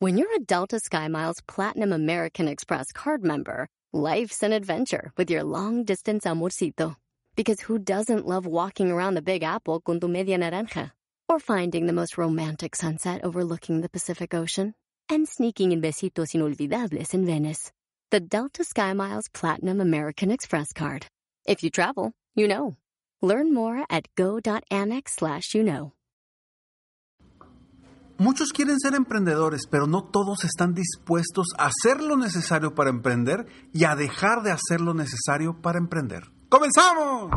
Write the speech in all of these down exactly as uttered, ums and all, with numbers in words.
When you're a Delta SkyMiles Platinum American Express card member, life's an adventure with your long-distance amorcito. Because who doesn't love walking around the Big Apple con tu media naranja? Or finding the most romantic sunset overlooking the Pacific Ocean? And sneaking in besitos inolvidables in Venice. The Delta SkyMiles Platinum American Express card. If you travel, you know. Learn more at go.amex slash you know. Muchos quieren ser emprendedores, pero no todos están dispuestos a hacer lo necesario para emprender y a dejar de hacer lo necesario para emprender. ¡Comenzamos!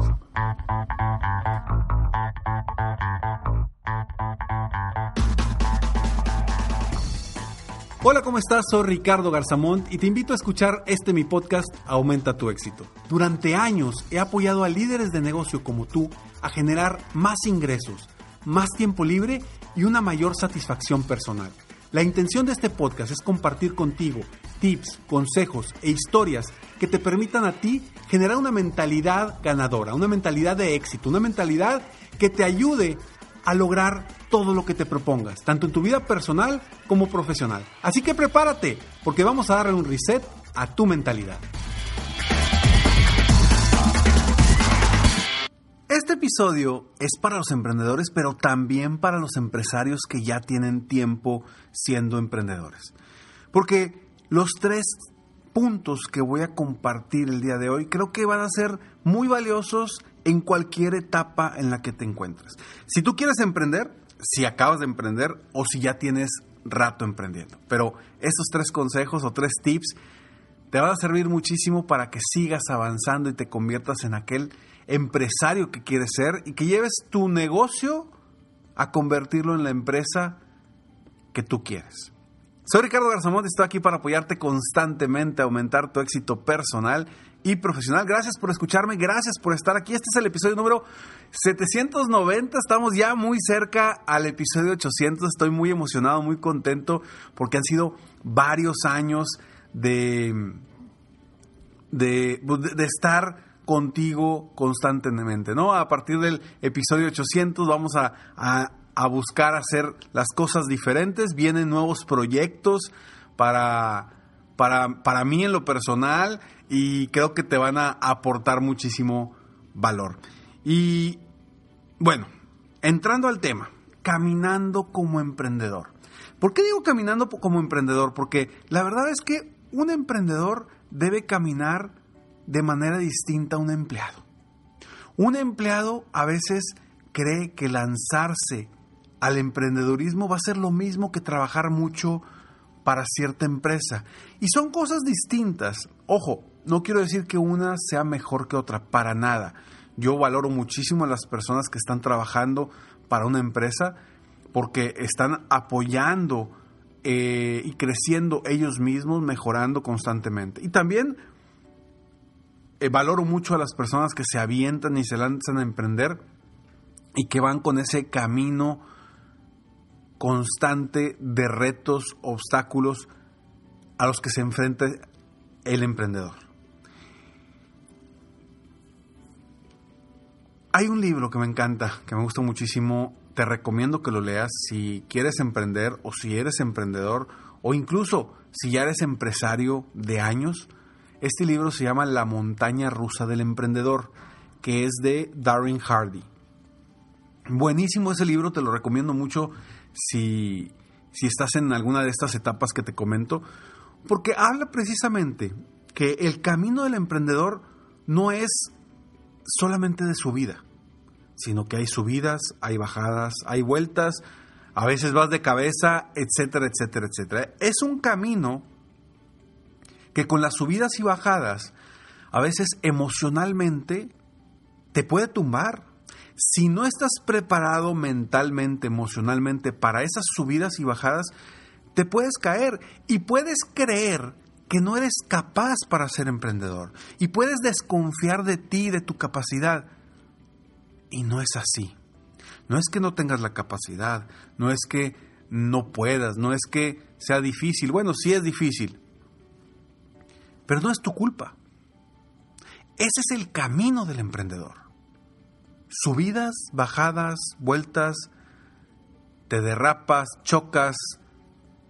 Hola, ¿cómo estás? Soy Ricardo Garzamont y te invito a escuchar este mi podcast Aumenta tu éxito. Durante años he apoyado a líderes de negocio como tú a generar más ingresos, más tiempo libre y una mayor satisfacción personal. La intención de este podcast es compartir contigo tips, consejos e historias que te permitan a ti generar una mentalidad ganadora, una mentalidad de éxito, una mentalidad que te ayude a lograr todo lo que te propongas, tanto en tu vida personal como profesional. Así que prepárate, porque vamos a darle un reset a tu mentalidad. Este episodio es para los emprendedores, pero también para los empresarios que ya tienen tiempo siendo emprendedores. Porque los tres puntos que voy a compartir el día de hoy creo que van a ser muy valiosos en cualquier etapa en la que te encuentres. Si tú quieres emprender, si acabas de emprender o si ya tienes rato emprendiendo. Pero estos tres consejos o tres tips te van a servir muchísimo para que sigas avanzando y te conviertas en aquel empresario que quieres ser y que lleves tu negocio a convertirlo en la empresa que tú quieres. Soy Ricardo Garzamont y estoy aquí para apoyarte constantemente a aumentar tu éxito personal y profesional. Gracias por escucharme, gracias por estar aquí. Este es el episodio número setecientos noventa, estamos ya muy cerca al episodio ochocientos. Estoy muy emocionado, muy contento porque han sido varios años de, de, de estar contigo constantemente, ¿no? A partir del episodio ochocientos vamos a, a, a buscar hacer las cosas diferentes. Vienen nuevos proyectos para, para, para mí en lo personal y creo que te van a aportar muchísimo valor. Y bueno, entrando al tema, caminando como emprendedor. ¿Por qué digo caminando como emprendedor? Porque la verdad es que un emprendedor debe caminar de manera distinta a un empleado. Un empleado a veces cree que lanzarse al emprendedurismo va a ser lo mismo que trabajar mucho para cierta empresa. Y son cosas distintas. Ojo, no quiero decir que una sea mejor que otra, para nada. Yo valoro muchísimo a las personas que están trabajando para una empresa porque están apoyando eh, y creciendo ellos mismos, mejorando constantemente. Y también Eh, valoro mucho a las personas que se avientan y se lanzan a emprender y que van con ese camino constante de retos, obstáculos a los que se enfrenta el emprendedor. Hay un libro que me encanta, que me gusta muchísimo, te recomiendo que lo leas si quieres emprender o si eres emprendedor o incluso si ya eres empresario de años. Este libro se llama La montaña rusa del emprendedor, que es de Darren Hardy. Buenísimo ese libro, te lo recomiendo mucho si, si estás en alguna de estas etapas que te comento, porque habla precisamente que el camino del emprendedor no es solamente de subida, sino que hay subidas, hay bajadas, hay vueltas, a veces vas de cabeza, etcétera, etcétera, etcétera. Es un camino que con las subidas y bajadas, a veces emocionalmente, te puede tumbar. Si no estás preparado mentalmente, emocionalmente para esas subidas y bajadas, te puedes caer y puedes creer que no eres capaz para ser emprendedor. Y puedes desconfiar de ti, de tu capacidad. Y no es así. No es que no tengas la capacidad, no es que no puedas, no es que sea difícil. Bueno, sí es difícil. Pero no es tu culpa. Ese es el camino del emprendedor. Subidas, bajadas, vueltas, te derrapas, chocas,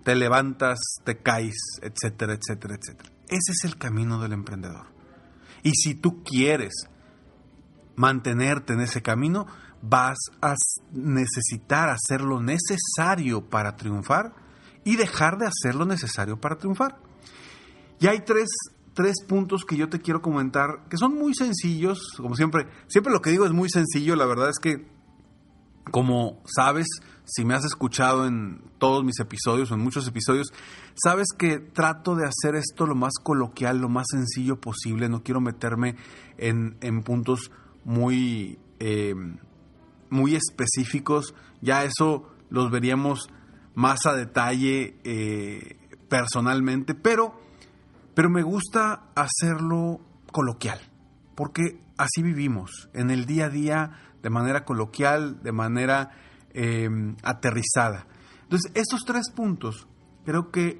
te levantas, te caes, etcétera, etcétera, etcétera. Ese es el camino del emprendedor. Y si tú quieres mantenerte en ese camino, vas a necesitar hacer lo necesario para triunfar y dejar de hacer lo necesario para triunfar. Y hay tres, tres puntos que yo te quiero comentar, que son muy sencillos, como siempre. Siempre lo que digo es muy sencillo, la verdad es que, como sabes, si me has escuchado en todos mis episodios o en muchos episodios, sabes que trato de hacer esto lo más coloquial, lo más sencillo posible. No quiero meterme en, en puntos muy, eh, muy específicos. Ya eso los veríamos más a detalle eh, personalmente, pero, pero me gusta hacerlo coloquial, porque así vivimos en el día a día, de manera coloquial, de manera eh, aterrizada. Entonces, estos tres puntos creo que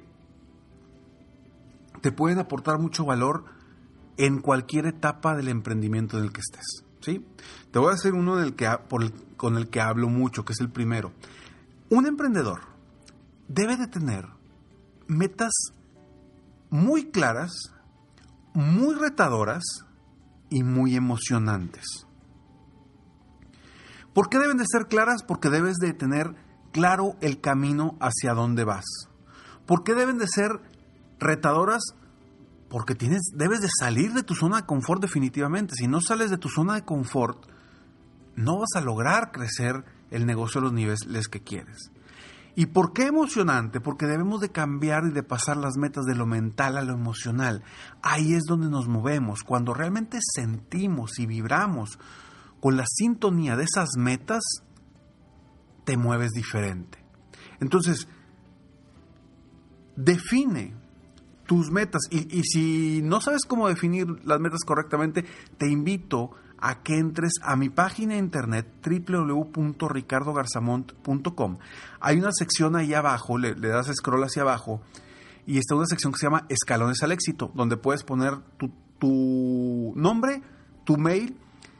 te pueden aportar mucho valor en cualquier etapa del emprendimiento en el que estés, ¿sí? Te voy a hacer uno en el que, por el, con el que hablo mucho, que es el primero. Un emprendedor debe de tener metas muy claras, muy retadoras y muy emocionantes. ¿Por qué deben de ser claras? Porque debes de tener claro el camino hacia dónde vas. ¿Por qué deben de ser retadoras? Porque tienes, debes de salir de tu zona de confort definitivamente. Si no sales de tu zona de confort, no vas a lograr crecer el negocio a los niveles que quieres. ¿Y por qué emocionante? Porque debemos de cambiar y de pasar las metas de lo mental a lo emocional. Ahí es donde nos movemos. Cuando realmente sentimos y vibramos con la sintonía de esas metas, te mueves diferente. Entonces, define tus metas. Y, y si no sabes cómo definir las metas correctamente, te invito a que entres a mi página de internet doble u doble u doble u punto ricardo garzamont punto com. Hay una sección ahí abajo, le, le das scroll hacia abajo, y está una sección que se llama Escalones al Éxito, donde puedes poner tu, tu nombre, tu mail,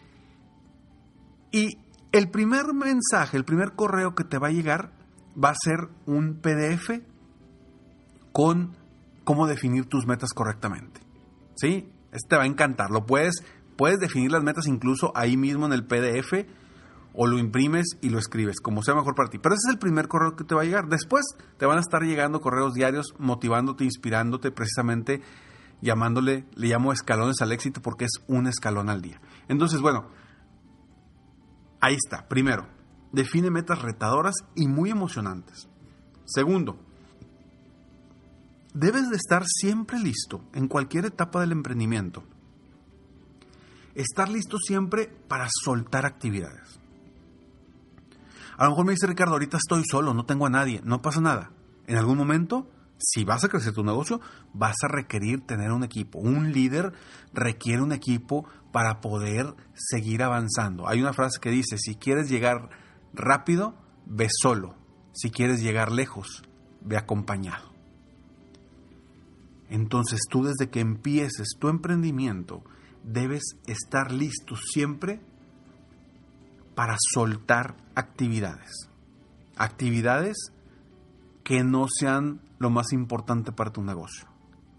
y el primer mensaje, el primer correo que te va a llegar va a ser un P D F con cómo definir tus metas correctamente, ¿sí? Este te va a encantar. Lo puedes, puedes definir las metas incluso ahí mismo en el P D F, o lo imprimes y lo escribes, como sea mejor para ti. Pero ese es el primer correo que te va a llegar. Después te van a estar llegando correos diarios motivándote, inspirándote, precisamente llamándole, le llamo escalones al éxito porque es un escalón al día. Entonces, bueno, ahí está. Primero, define metas retadoras y muy emocionantes. Segundo, debes de estar siempre listo en cualquier etapa del emprendimiento. Estar listo siempre para soltar actividades. A lo mejor me dice Ricardo, ahorita estoy solo, no tengo a nadie, no pasa nada. En algún momento, si vas a crecer tu negocio, vas a requerir tener un equipo. Un líder requiere un equipo para poder seguir avanzando. Hay una frase que dice, si quieres llegar rápido, ve solo. Si quieres llegar lejos, ve acompañado. Entonces tú, desde que empieces tu emprendimiento, debes estar listo siempre para soltar actividades. Actividades que no sean lo más importante para tu negocio.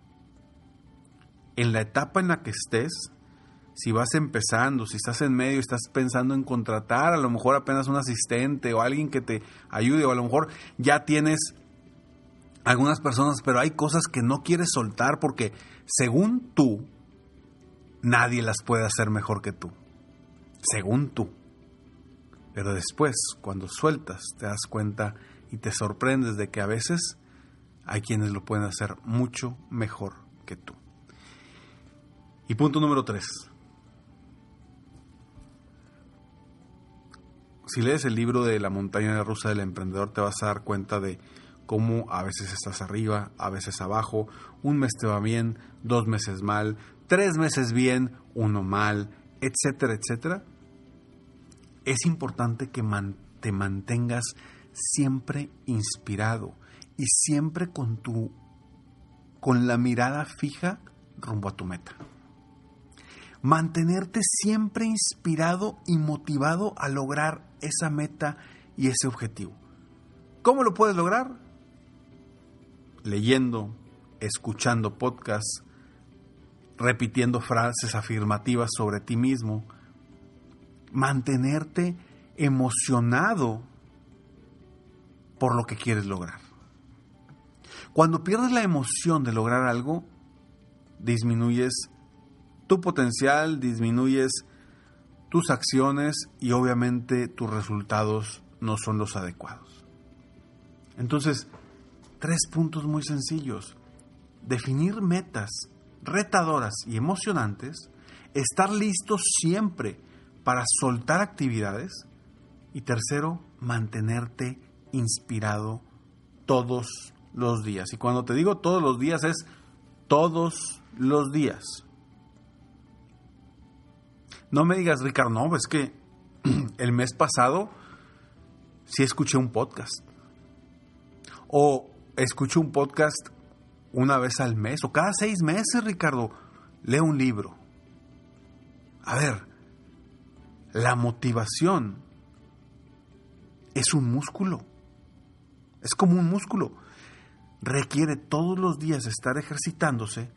En la etapa en la que estés, si vas empezando, si estás en medio, estás pensando en contratar a lo mejor apenas un asistente o alguien que te ayude, o a lo mejor ya tienes algunas personas, pero hay cosas que no quieres soltar porque según tú, nadie las puede hacer mejor que tú. Según tú. Pero después, cuando sueltas, te das cuenta y te sorprendes de que a veces hay quienes lo pueden hacer mucho mejor que tú. Y punto número tres. Si lees el libro de La montaña rusa del emprendedor, te vas a dar cuenta de cómo a veces estás arriba, a veces abajo, un mes te va bien, dos meses mal, tres meses bien, uno mal, etcétera, etcétera. Es importante que man, te mantengas siempre inspirado y siempre con tu, con la mirada fija rumbo a tu meta. Mantenerte siempre inspirado y motivado a lograr esa meta y ese objetivo. ¿Cómo lo puedes lograr? leyendo, escuchando podcasts, repitiendo frases afirmativas sobre ti mismo, mantenerte emocionado por lo que quieres lograr. Cuando pierdes la emoción de lograr algo, disminuyes tu potencial, disminuyes tus acciones y obviamente tus resultados no son los adecuados. Entonces, tres puntos muy sencillos. Definir metas retadoras y emocionantes, estar listo siempre para soltar actividades y tercero, mantenerte inspirado todos los días. Y cuando te digo todos los días es todos los días. No me digas, Ricardo, no, es que el mes pasado sí escuché un podcast. O escucho un podcast una vez al mes o cada seis meses, Ricardo, leo un libro. A ver, la motivación es un músculo. Es como un músculo. Requiere todos los días estar ejercitándose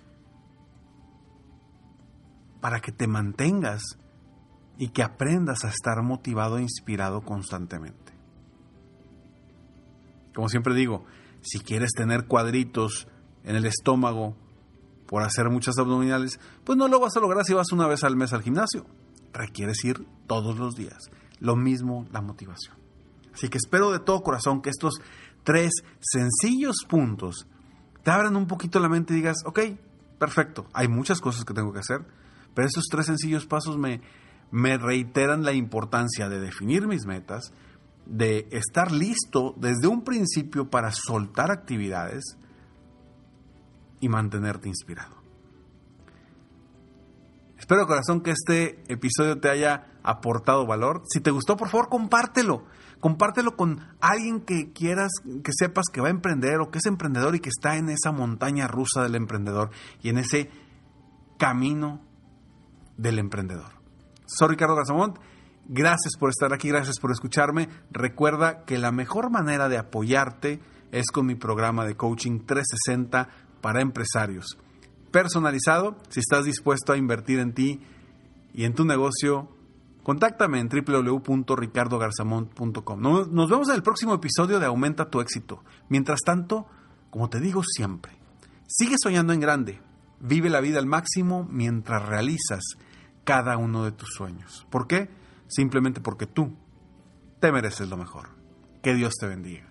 para que te mantengas y que aprendas a estar motivado e inspirado constantemente. Como siempre digo, si quieres tener cuadritos en el estómago por hacer muchas abdominales, pues no lo vas a lograr si vas una vez al mes al gimnasio. Requieres ir todos los días. Lo mismo la motivación. Así que espero de todo corazón que estos tres sencillos puntos te abran un poquito la mente y digas, ok, perfecto, hay muchas cosas que tengo que hacer, pero estos tres sencillos pasos me, me reiteran la importancia de definir mis metas, de estar listo desde un principio para soltar actividades y mantenerte inspirado. Espero, corazón, que este episodio te haya aportado valor. Si te gustó, por favor, compártelo. Compártelo con alguien que quieras, que sepas que va a emprender o que es emprendedor y que está en esa montaña rusa del emprendedor y en ese camino del emprendedor. Soy Ricardo Garzamont. Gracias por estar aquí, gracias por escucharme. Recuerda que la mejor manera de apoyarte es con mi programa de coaching trescientos sesenta para empresarios. Personalizado, si estás dispuesto a invertir en ti y en tu negocio, contáctame en doble u doble u doble u punto ricardo garzamont punto com. Nos, nos vemos en el próximo episodio de Aumenta tu éxito. Mientras tanto, como te digo siempre, sigue soñando en grande. Vive la vida al máximo mientras realizas cada uno de tus sueños. ¿Por qué? Simplemente porque tú te mereces lo mejor. Que Dios te bendiga.